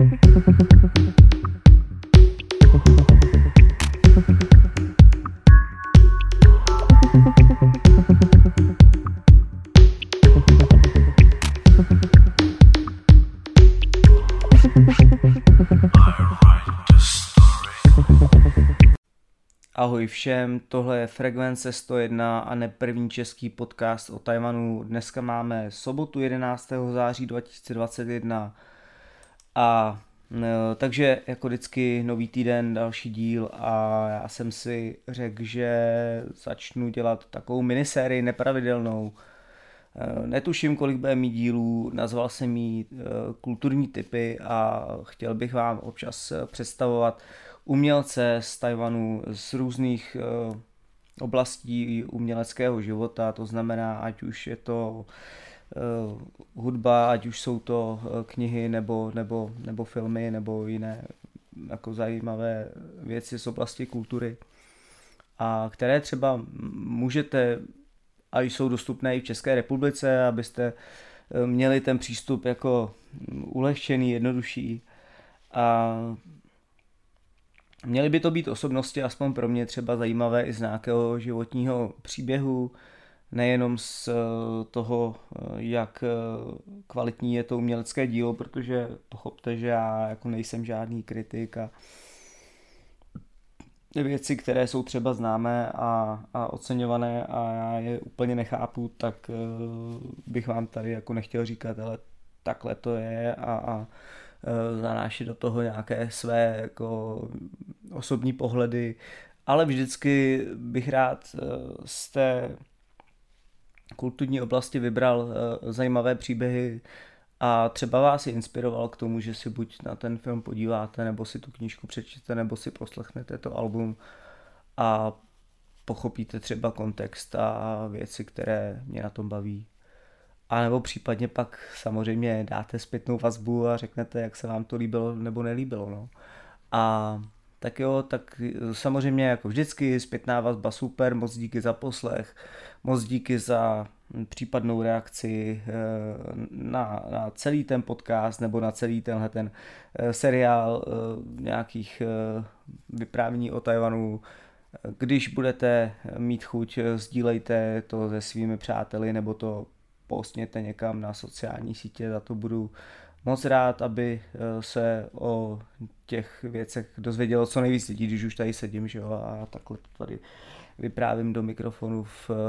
Ahoj všem, tohle je Frekvence 101 a ne první český podcast o Tchaj-wanu. Dneska máme sobotu 11. září 2021 a takže jako vždycky nový týden, další díl a já jsem si řekl, že začnu dělat takovou minisérii nepravidelnou. Netuším, kolik bude mít dílů, nazval jsem jí kulturní tipy a chtěl bych vám občas představovat umělce z Tchaj-wanu, z různých oblastí uměleckého života, to znamená, ať už je to hudba, ať už jsou to knihy nebo filmy nebo jiné jako zajímavé věci z oblasti kultury, a které třeba můžete a jsou dostupné i v České republice, abyste měli ten přístup jako ulehčený, jednodušší. A měly by to být osobnosti, aspoň pro mě třeba zajímavé i z nějakého životního příběhu, nejenom z toho, jak kvalitní je to umělecké dílo, protože pochopte, že já jako nejsem žádný kritik a věci, které jsou třeba známé a oceňované a já je úplně nechápu, tak bych vám tady jako nechtěl říkat, ale takhle to je a zanášet do toho nějaké své jako osobní pohledy, ale vždycky bych rád z té kulturní oblasti vybral zajímavé příběhy a třeba vás je inspiroval k tomu, že si buď na ten film podíváte, nebo si tu knížku přečtete, nebo si poslechnete to album a pochopíte třeba kontext a věci, které mě na tom baví. A nebo případně pak samozřejmě dáte zpětnou vazbu a řeknete, jak se vám to líbilo nebo nelíbilo. No. A tak jo, tak samozřejmě jako vždycky zpětná vazba super, moc díky za poslech, moc díky za případnou reakci na celý ten podcast nebo na celý tenhle ten seriál nějakých vyprávění o Tchaj-wanu. Když budete mít chuť, sdílejte to se svými přáteli nebo to postněte někam na sociální sítě, za to budu moc rád, aby se o těch věcech dozvědělo co nejvíc lidí, když už tady sedím, že jo, a takhle tady vyprávím do mikrofonu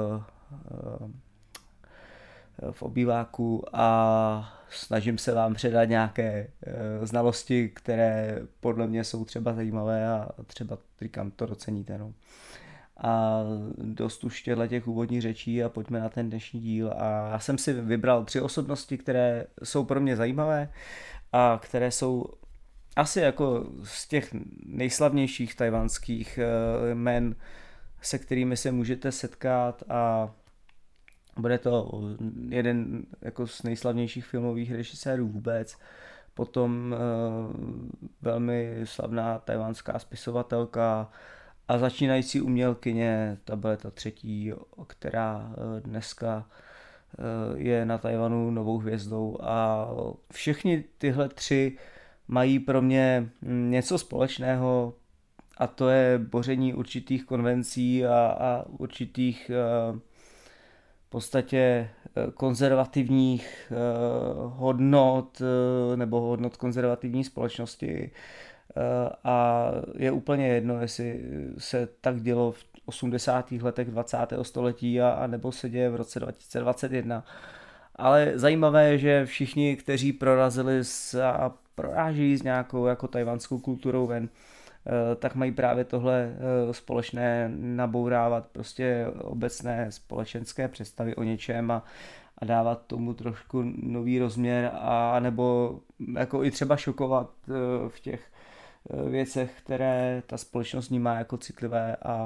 v obýváku a snažím se vám předat nějaké znalosti, které podle mě jsou třeba zajímavé a třeba říkám, to doceníte. No. A dost už těch úvodních řečí a pojďme na ten dnešní díl. A já jsem si vybral 3 osobnosti, které jsou pro mě zajímavé a které jsou asi jako z těch nejslavnějších tchajwanských jmen, se kterými se můžete setkat, a bude to jeden jako z nejslavnějších filmových režisérů vůbec. Potom velmi slavná tchajwanská spisovatelka a začínající umělkyně, ta byla ta 3., která dneska je na Tchaj-wanu novou hvězdou, a všechny tyhle 3 mají pro mě něco společného, a to je boření určitých konvencí a určitých v podstatě konzervativních hodnot nebo hodnot konzervativní společnosti. A je úplně jedno, jestli se tak dělo v 80. letech 20. století a nebo se děje v roce 2021. Ale zajímavé je, že všichni, kteří prorazili a prorážejí s nějakou jako tchajwanskou kulturou ven, tak mají právě tohle společné, nabourávat prostě obecné společenské představy o něčem a dávat tomu trošku nový rozměr, a nebo jako i třeba šokovat v těch věcech, které ta společnost vnímá jako citlivé, a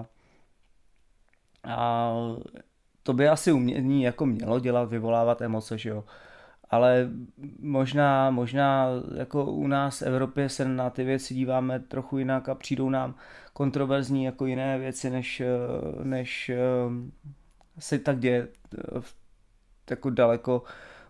to by asi umění jako mělo dělat, vyvolávat emoce, že jo. Ale možná jako u nás v Evropě se na ty věci díváme trochu jinak a přijdou nám kontroverzní jako jiné věci, než se tak děje jako daleko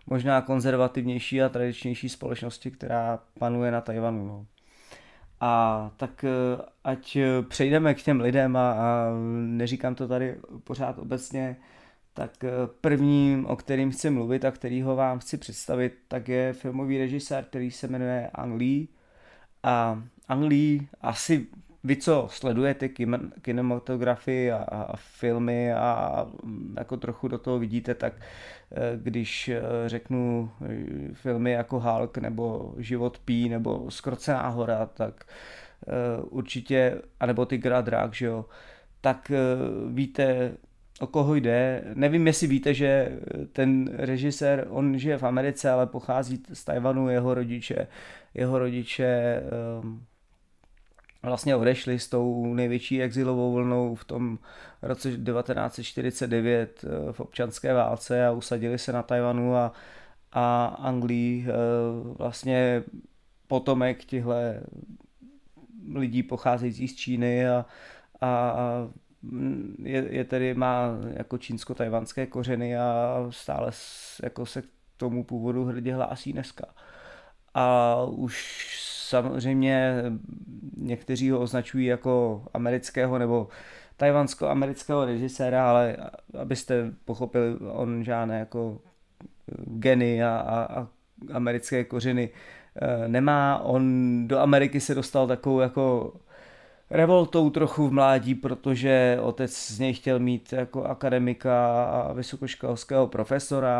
možná konzervativnější a tradičnější společnosti, která panuje na Tajvanu. No. A tak ať přejdeme k těm lidem a neříkám to tady pořád obecně, tak prvním, o kterým chci mluvit a kterýho vám chci představit, tak je filmový režisér, který se jmenuje Ang Lee. A Ang Lee, asi vy, co sledujete kinematografii a filmy a jako trochu do toho vidíte, tak když řeknu filmy jako Hulk nebo Život Pí nebo Zkrocená hora, tak určitě, anebo Tygr a drak, že jo, tak víte, o koho jde. Nevím, jestli víte, že ten režisér, on žije v Americe, ale pochází z Tajvanu, jeho rodiče vlastně odešli s tou největší exilovou vlnou v tom roce 1949 v občanské válce a usadili se na Tajvanu a Ang Lee vlastně potomek těchhle lidí pocházejících z Číny a je tedy má jako čínsko-tajvanské kořeny a stále jako se k tomu původu hrdě hlásí dneska. A už samozřejmě někteří ho označují jako amerického nebo tajvansko-amerického režiséra, ale abyste pochopili, on žádné jako geny a americké kořeny nemá. On do Ameriky se dostal takovou jako revoltou trochu v mládí, protože otec z něj chtěl mít jako akademika a vysokoškolského profesora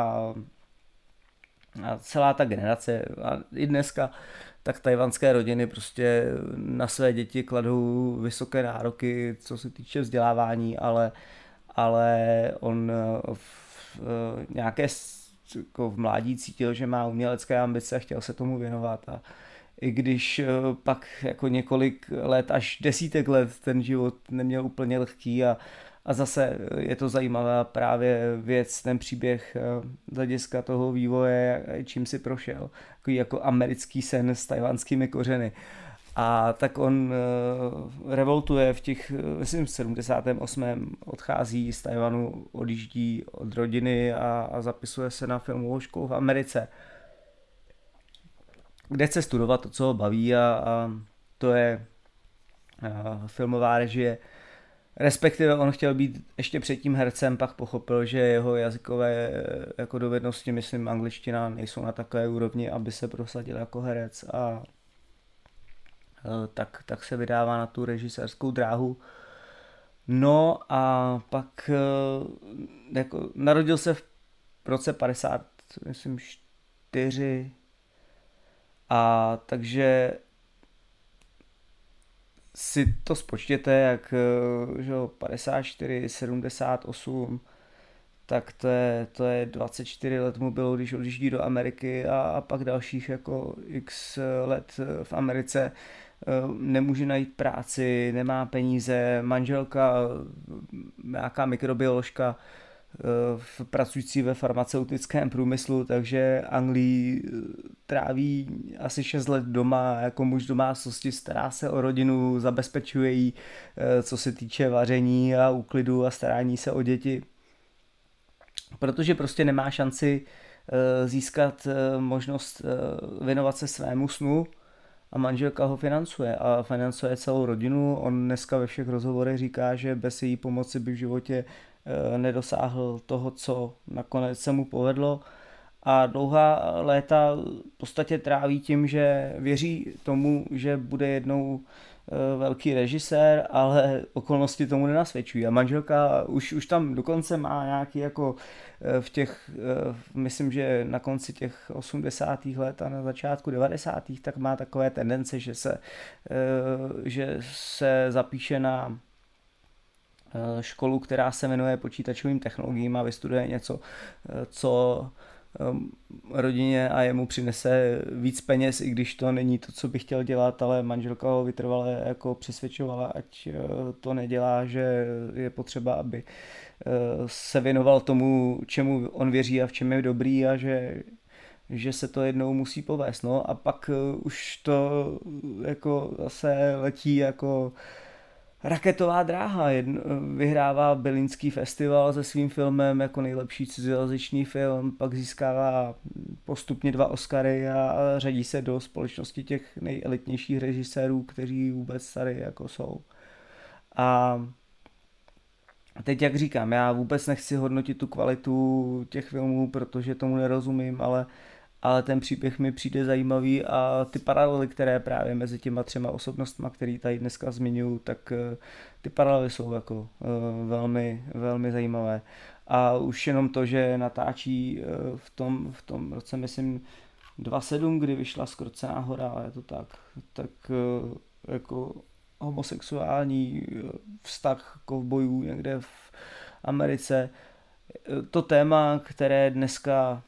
a celá ta generace a i dneska tak tajvanské rodiny prostě na své děti kladou vysoké nároky, co se týče vzdělávání, ale on nějaké jako v mládí cítil, že má umělecké ambice a chtěl se tomu věnovat a i když pak jako několik let, až desítek let ten život neměl úplně lehký a zase je to zajímavá právě věc, ten příběh z hlediska toho vývoje, čím si prošel, jako americký sen s tajvanskými kořeny. A tak on revoltuje v těch, myslím, v 78. odchází z Tajvanu, odjíždí od rodiny a zapisuje se na filmovou školu v Americe, kde chce studovat to, co ho baví a to je filmová režie. Respektive on chtěl být ještě předtím hercem, pak pochopil, že jeho jazykové jako dovednosti, myslím angličtina, nejsou na takové úrovni, aby se prosadil jako herec a tak se vydává na tu režisérskou dráhu. No a pak jako, narodil se v roce 50, myslím 4 a takže si to spočtěte, jak že 54, 78, tak to je 24 let mu bylo, když odjíždí do Ameriky a pak dalších jako x let v Americe. Nemůže najít práci, nemá peníze, manželka, nějaká mikrobioložka, pracující ve farmaceutickém průmyslu, takže Ang Lee tráví asi 6 let doma jako muž domácnosti, stará se o rodinu, zabezpečuje jí, co se týče vaření a úklidu a starání se o děti, protože prostě nemá šanci získat možnost věnovat se svému snu a manželka ho financuje a financuje celou rodinu. On dneska ve všech rozhovorech říká, že bez její pomoci by v životě nedosáhl toho, co nakonec se mu povedlo a dlouhá léta v podstatě tráví tím, že věří tomu, že bude jednou velký režisér, ale okolnosti tomu nenasvědčují a manželka už tam dokonce má nějaký jako v těch, myslím, že na konci těch 80. let a na začátku 90. tak má takové tendence, že se zapíše na školu, která se jmenuje počítačovým technologiím a vystuduje něco, co rodině a jemu přinese víc peněz, i když to není to, co by chtěl dělat, ale manželka ho vytrvale jako přesvědčovala, ať to nedělá, že je potřeba, aby se věnoval tomu, čemu on věří a v čem je dobrý a že se to jednou musí povést. No a pak už to jako zase letí jako Raketová dráha vyhrává Berlínský festival se svým filmem jako nejlepší cizojazyčný film, pak získává postupně 2 Oscary a řadí se do společnosti těch nejelitnějších režisérů, kteří vůbec tady jako jsou. A teď, jak říkám, já vůbec nechci hodnotit tu kvalitu těch filmů, protože tomu nerozumím, ale ten příběh mi přijde zajímavý a ty paralely, které právě mezi těma 3 osobnostma, který tady dneska zmiňuji, tak ty paralely jsou jako velmi, velmi zajímavé. A už jenom to, že natáčí v tom roce, myslím, 2007, kdy vyšla Zkrocená hora, je to tak jako homosexuální vztah kovbojů někde v Americe. To téma, které dneska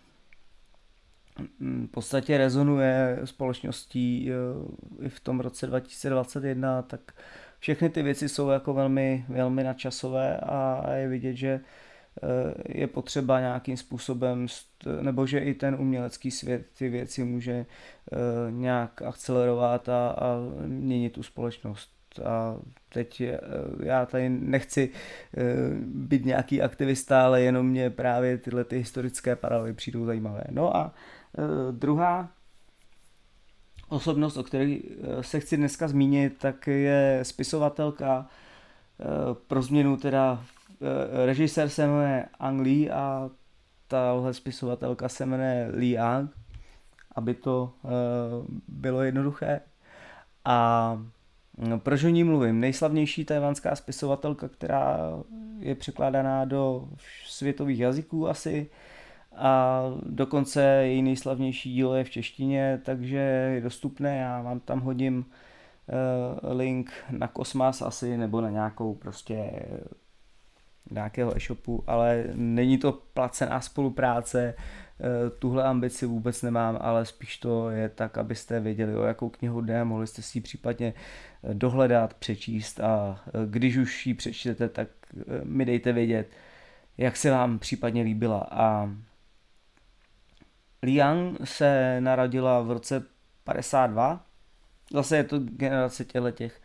v podstatě rezonuje společností i v tom roce 2021, tak všechny ty věci jsou jako velmi, velmi nadčasové a je vidět, že je potřeba nějakým způsobem, nebo že i ten umělecký svět ty věci může nějak akcelerovat a měnit tu společnost. A teď já tady nechci být nějaký aktivista, ale jenom mě právě tyhle ty historické paralely přijdou zajímavé. No a druhá osobnost, o které se chci dneska zmínit, tak je spisovatelka, pro změnu teda režisér se jmenuje Ang Lee a tahle spisovatelka se jmenuje Lee Yang, aby to bylo jednoduché. A proč o ní mluvím? Nejslavnější tchajwanská spisovatelka, která je překládaná do světových jazyků asi, a dokonce její nejslavnější dílo je v češtině, takže je dostupné, já vám tam hodím link na Kosmas asi, nebo na nějakou prostě nějakého e-shopu, ale není to placená spolupráce, tuhle ambici vůbec nemám, ale spíš to je tak, abyste věděli, o jakou knihu jde, mohli jste si ji případně dohledat, přečíst a když už ji přečtete, tak mi dejte vědět, jak se vám případně líbila. A Lee Yang se narodila v roce 52, zase je to generace těch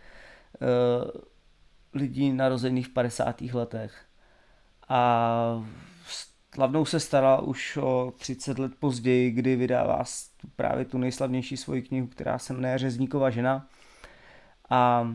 lidí narozených v 50. letech. A slavnou se starala už o 30 let později, kdy vydává právě tu nejslavnější svoji knihu, která se jmenuje Řezníkova žena. A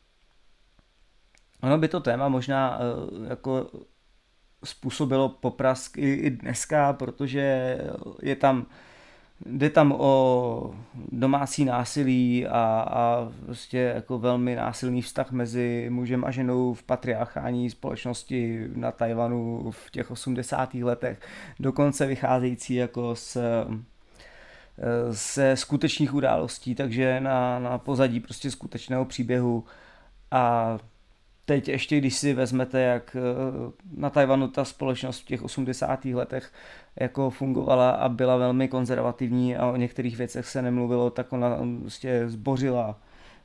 ono by to téma možná jako způsobilo poprask i dneska, protože jde tam o domácí násilí a prostě jako velmi násilný vztah mezi mužem a ženou v patriarchální společnosti na Tchajwanu v těch 80. letech, dokonce vycházející jako ze skutečných událostí, takže na pozadí prostě skutečného příběhu. A teď ještě, když si vezmete, jak na Tchajwanu ta společnost v těch 80. letech jako fungovala a byla velmi konzervativní a o některých věcech se nemluvilo, tak ona prostě zbořila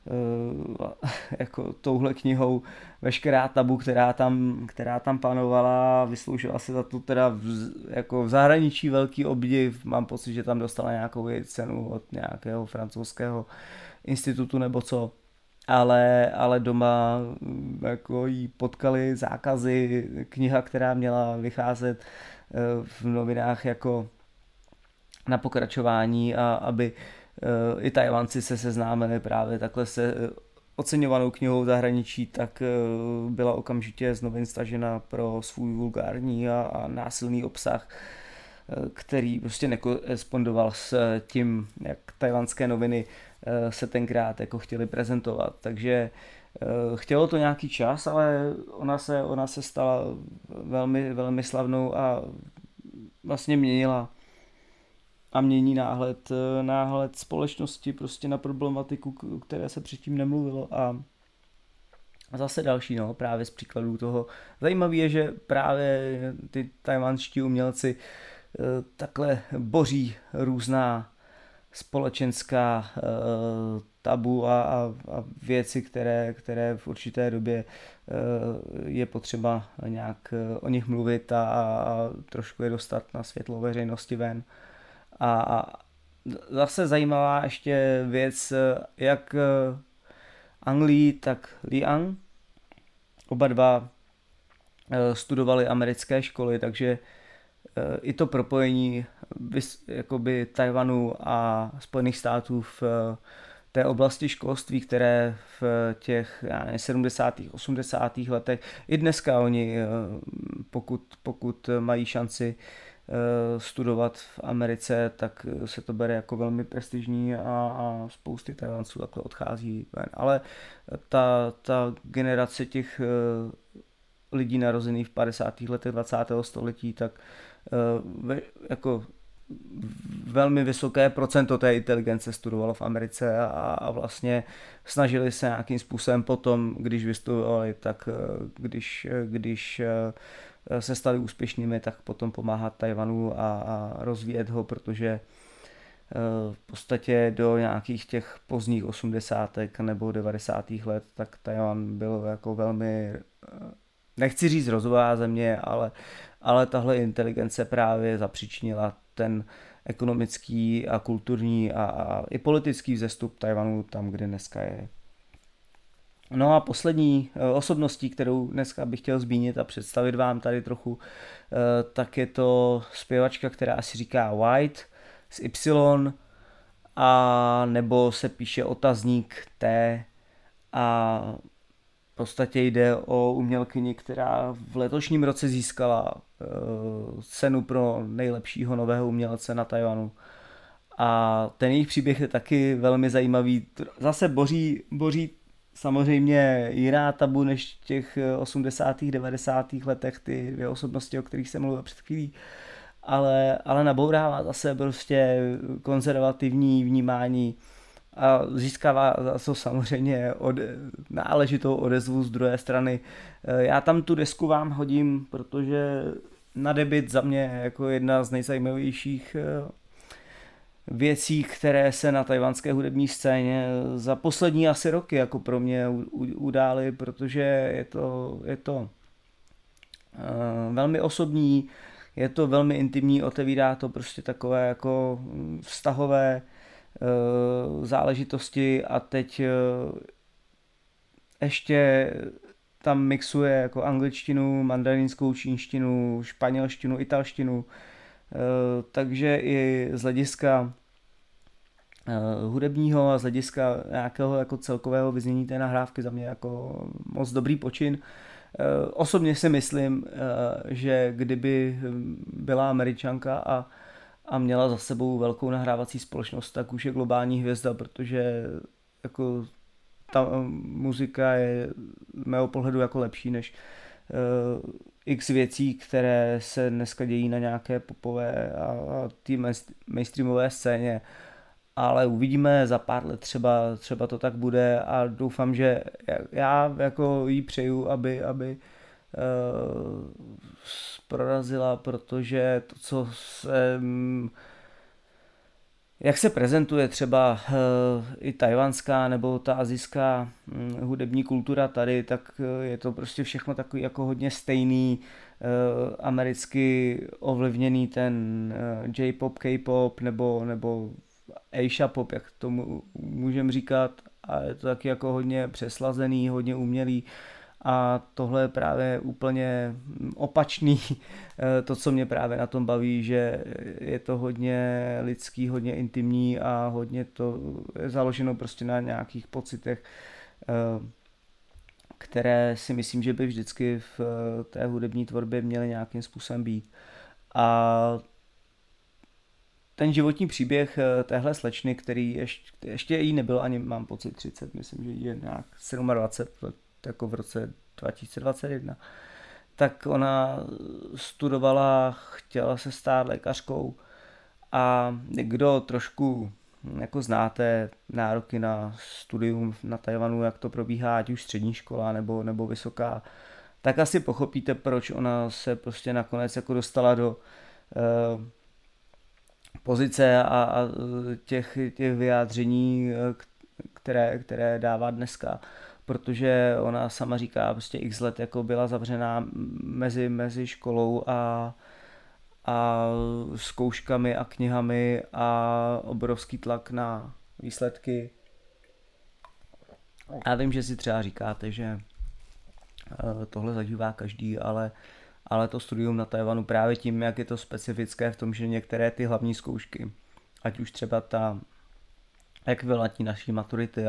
jako touhle knihou veškerá tabu, která tam panovala, vysloužila se za to teda jako v zahraničí velký obdiv, mám pocit, že tam dostala nějakou cenu od nějakého francouzského institutu nebo co. Ale doma jako jí potkali zákazy, kniha, která měla vycházet v novinách jako na pokračování a aby i Tchajwanci se seznámili právě takhle se oceňovanou knihou v zahraničí, tak byla okamžitě z novin stažena pro svůj vulgární a násilný obsah, který prostě nekorespondoval s tím, jak tchajwanské noviny se tenkrát jako chtěli prezentovat. Takže chtělo to nějaký čas, ale ona se stala velmi, velmi slavnou a vlastně měnila a mění náhled společnosti prostě na problematiku, o které se předtím nemluvilo. A zase další, právě z příkladů toho. Zajímavé je, že právě ty tchajwanští umělci takhle boří různá společenská tabu a věci, které v určité době je potřeba nějak o nich mluvit a trošku je dostat na světlo veřejnosti ven. A zase zajímavá ještě věc, jak Ang Lee, tak Lee Yang oba dva studovali americké školy, takže i to propojení jakoby Tajvanu a Spojených států v té oblasti školství, které v těch 70. 80. letech, i dneska oni, pokud mají šanci studovat v Americe, tak se to bere jako velmi prestižní a spousty Tajvanců takhle odchází ven. Ale ta generace těch lidí narozených v 50. letech 20. století, tak jako velmi vysoké procento té inteligence studovalo v Americe a vlastně snažili se nějakým způsobem potom, když vystudovali, tak když se stali úspěšnými, tak potom pomáhat Tajvanu a rozvíjet ho, protože v podstatě do nějakých těch pozdních 80. nebo 90. let, tak Tajvan byl jako velmi, nechci říct rozvojová země, ale tahle inteligence právě zapříčinila ten ekonomický a kulturní a i politický vzestup Tajvanu tam, kde dneska je. No a poslední osobností, kterou dneska bych chtěl zmínit a představit vám tady trochu, tak je to zpěvačka, která si říká White s Y a nebo se píše otazník T a v podstatě jde o umělkyni, která v letošním roce získala cenu pro nejlepšího nového umělce na Tajvanu. A ten jejich příběh je taky velmi zajímavý. Zase boří samozřejmě jiná tabu než v těch 80. 90. letech, ty dvě osobnosti, o kterých jsem mluvil před chvílí. Ale nabourává zase prostě konzervativní vnímání a získává zase samozřejmě náležitou odezvu z druhé strany. Já tam tu desku vám hodím, protože na debut za mě jako jedna z nejzajímavějších věcí, které se na tajvanské hudební scéně za poslední asi roky jako pro mě udály, protože je to velmi osobní, je to velmi intimní, otevírá to prostě takové jako vztahové záležitosti a teď ještě tam mixuje jako angličtinu, mandarinskou čínštinu, španělštinu, italštinu, takže i z hlediska hudebního a z hlediska nějakého jako celkového vyznění té nahrávky za mě jako moc dobrý počin. Osobně si myslím, že kdyby byla Američanka a měla za sebou velkou nahrávací společnost, tak už je globální hvězda, protože jako ta muzika je z mého pohledu jako lepší než x věcí, které se dneska dějí na nějaké popové a té mainstreamové scéně. Ale uvidíme za pár let, třeba to tak bude a doufám, že já jako jí přeju, aby prorazila, protože to, co se, jak se prezentuje třeba i tajvanská nebo ta asijská hudební kultura tady, tak je to prostě všechno takový jako hodně stejný, americky ovlivněný ten J-pop, K-pop nebo Asia pop, jak tomu můžeme říkat, a je to taky jako hodně přeslazený, hodně umělý a tohle je právě úplně opačný, to, co mě právě na tom baví, že je to hodně lidský, hodně intimní a hodně to je založeno prostě na nějakých pocitech, které si myslím, že by vždycky v té hudební tvorbě měly nějakým způsobem být. A ten životní příběh téhle slečny, který ještě jí nebylo ani, mám pocit, 30, myslím, že jí je nějak 27 let, jako v roce 2021, tak ona studovala, chtěla se stát lékařkou a kdo trošku jako znáte nároky na studium na Tajvanu, jak to probíhá, ať už střední škola nebo vysoká, tak asi pochopíte, proč ona se prostě nakonec jako dostala do pozice a těch vyjádření, které dává dneska, protože ona sama říká, prostě x let jako byla zavřená mezi školou a zkouškami a knihami a obrovský tlak na výsledky. Já vím, že si třeba říkáte, že Tohle zažívá každý, ale to studium na Tajvanu právě tím, jak je to specifické v tom, že některé ty hlavní zkoušky, ať už třeba ta ekvivalentní naší maturity,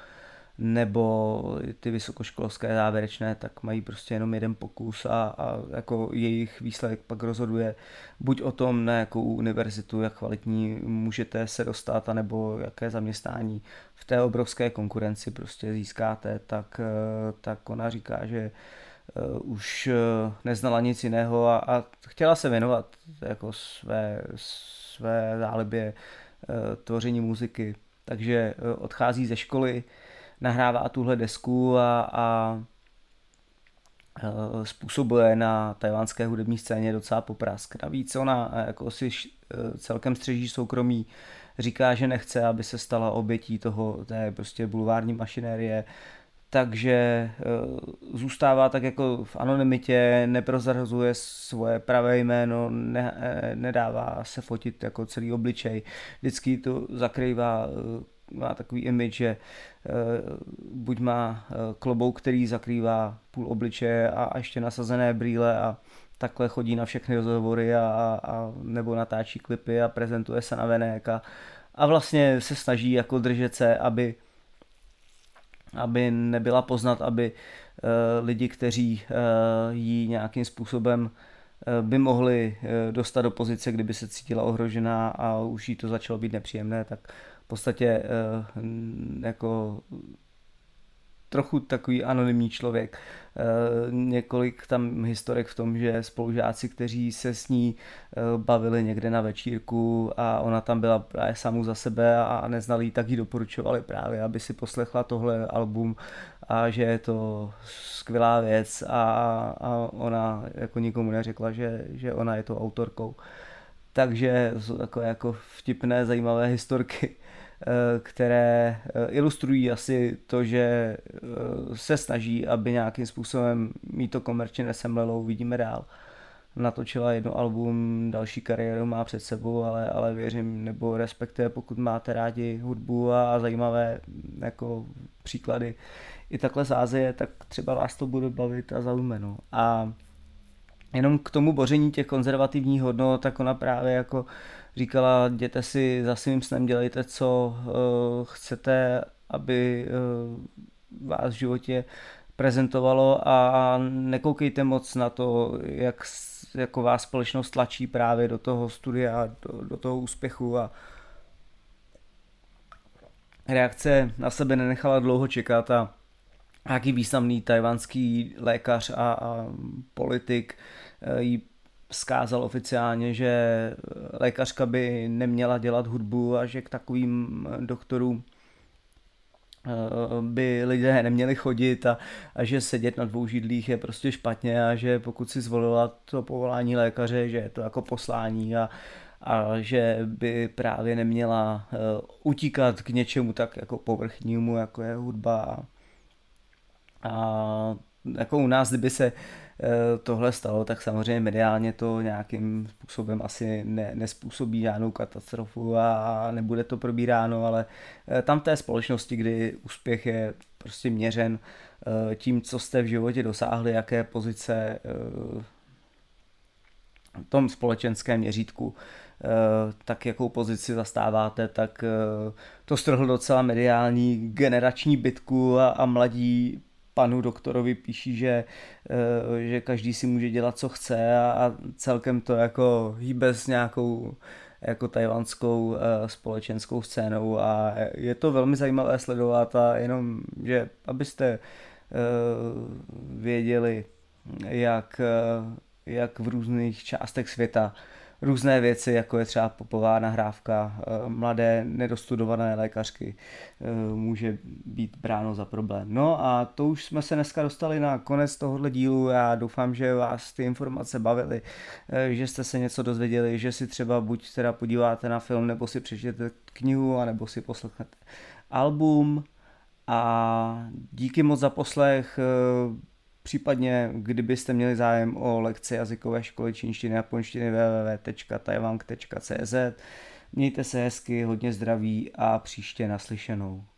nebo ty vysokoškolské závěrečné, tak mají prostě jenom jeden pokus a jako jejich výsledek pak rozhoduje buď o tom, na jakou univerzitu, jak kvalitní můžete se dostat, anebo jaké zaměstnání v té obrovské konkurenci prostě získáte, tak ona říká, že už neznala nic jiného a chtěla se věnovat jako své zálibě tvoření muziky. Takže odchází ze školy, nahrává tuhle desku a způsobuje na tajvánské hudební scéně docela poprask. Navíc ona jako si celkem střeží soukromí, říká, že nechce, aby se stala obětí té prostě bulvární mašinérie, takže zůstává tak jako v anonymitě, neprozrazuje svoje pravé jméno, nedává se fotit jako celý obličej, vždycky to zakrývá, má takový image, že buď má klobouk, který zakrývá půl obličeje a ještě nasazené brýle a takhle chodí na všechny rozhovory a nebo natáčí klipy a prezentuje se navenek a vlastně se snaží jako držet se, aby nebyla poznat, aby lidi, kteří jí nějakým způsobem by mohli dostat do pozice, kdyby se cítila ohrožená a už jí to začalo být nepříjemné, tak v podstatě jako trochu takový anonymní člověk. Několik tam historek v tom, že spolužáci, kteří se s ní bavili někde na večírku a ona tam byla právě samu za sebe a neznali ji, tak jí doporučovali právě, aby si poslechla tohle album a že je to skvělá věc a ona jako nikomu neřekla, že ona je to autorkou. Takže jsou takové jako vtipné, zajímavé historky, které ilustrují asi to, že se snaží, aby nějakým způsobem mít to komerčně nesemlelou, vidíme dál. Natočila jedno album, další kariéru má před sebou, ale věřím, nebo respektive pokud máte rádi hudbu a zajímavé jako příklady i takhle z Asie, tak třeba vás to bude bavit a zaujme. No. A jenom k tomu boření těch konzervativních hodnot, tak ona právě jako říkala, jděte si za svým snem, dělejte, co chcete, aby vás v životě prezentovalo a nekoukejte moc na to, jak jako vás společnost tlačí právě do toho studia, do toho úspěchu a reakce na sebe nenechala dlouho čekat a nějaký významný tajvanský lékař a politik jí vzkázal oficiálně, že lékařka by neměla dělat hudbu a že k takovým doktorům by lidé neměli chodit a že sedět na dvou židlích je prostě špatně a že pokud si zvolila to povolání lékaře, že je to jako poslání a že by právě neměla utíkat k něčemu tak jako povrchnímu, jako je hudba a jako u nás, kdyby se tohle stalo, tak samozřejmě mediálně to nějakým způsobem asi nespůsobí žádnou katastrofu a nebude to probíráno, ale tam té společnosti, kdy úspěch je prostě měřen tím, co jste v životě dosáhli, jaké pozice v tom společenském měřítku, tak jakou pozici zastáváte, tak to strhl docela mediální generační bitku a mladí panu doktorovi píší, že každý si může dělat, co chce a celkem to jako hýbe s nějakou jako tajvanskou společenskou scénou a je to velmi zajímavé sledovat a jenom, že abyste věděli, jak v různých částech světa různé věci, jako je třeba popová nahrávka mladé nedostudované lékařky, může být bráno za problém. No a to už jsme se dneska dostali na konec tohohle dílu. Já doufám, že vás ty informace bavily, že jste se něco dozvěděli, že si třeba buď teda podíváte na film, nebo si přečtěte knihu, anebo si poslechnete album. A díky moc za poslech. Případně, kdybyste měli zájem o lekce jazykové školy čínštiny a japonštiny www.taiwan.cz. Mějte se hezky, hodně zdraví a příště naslyšenou.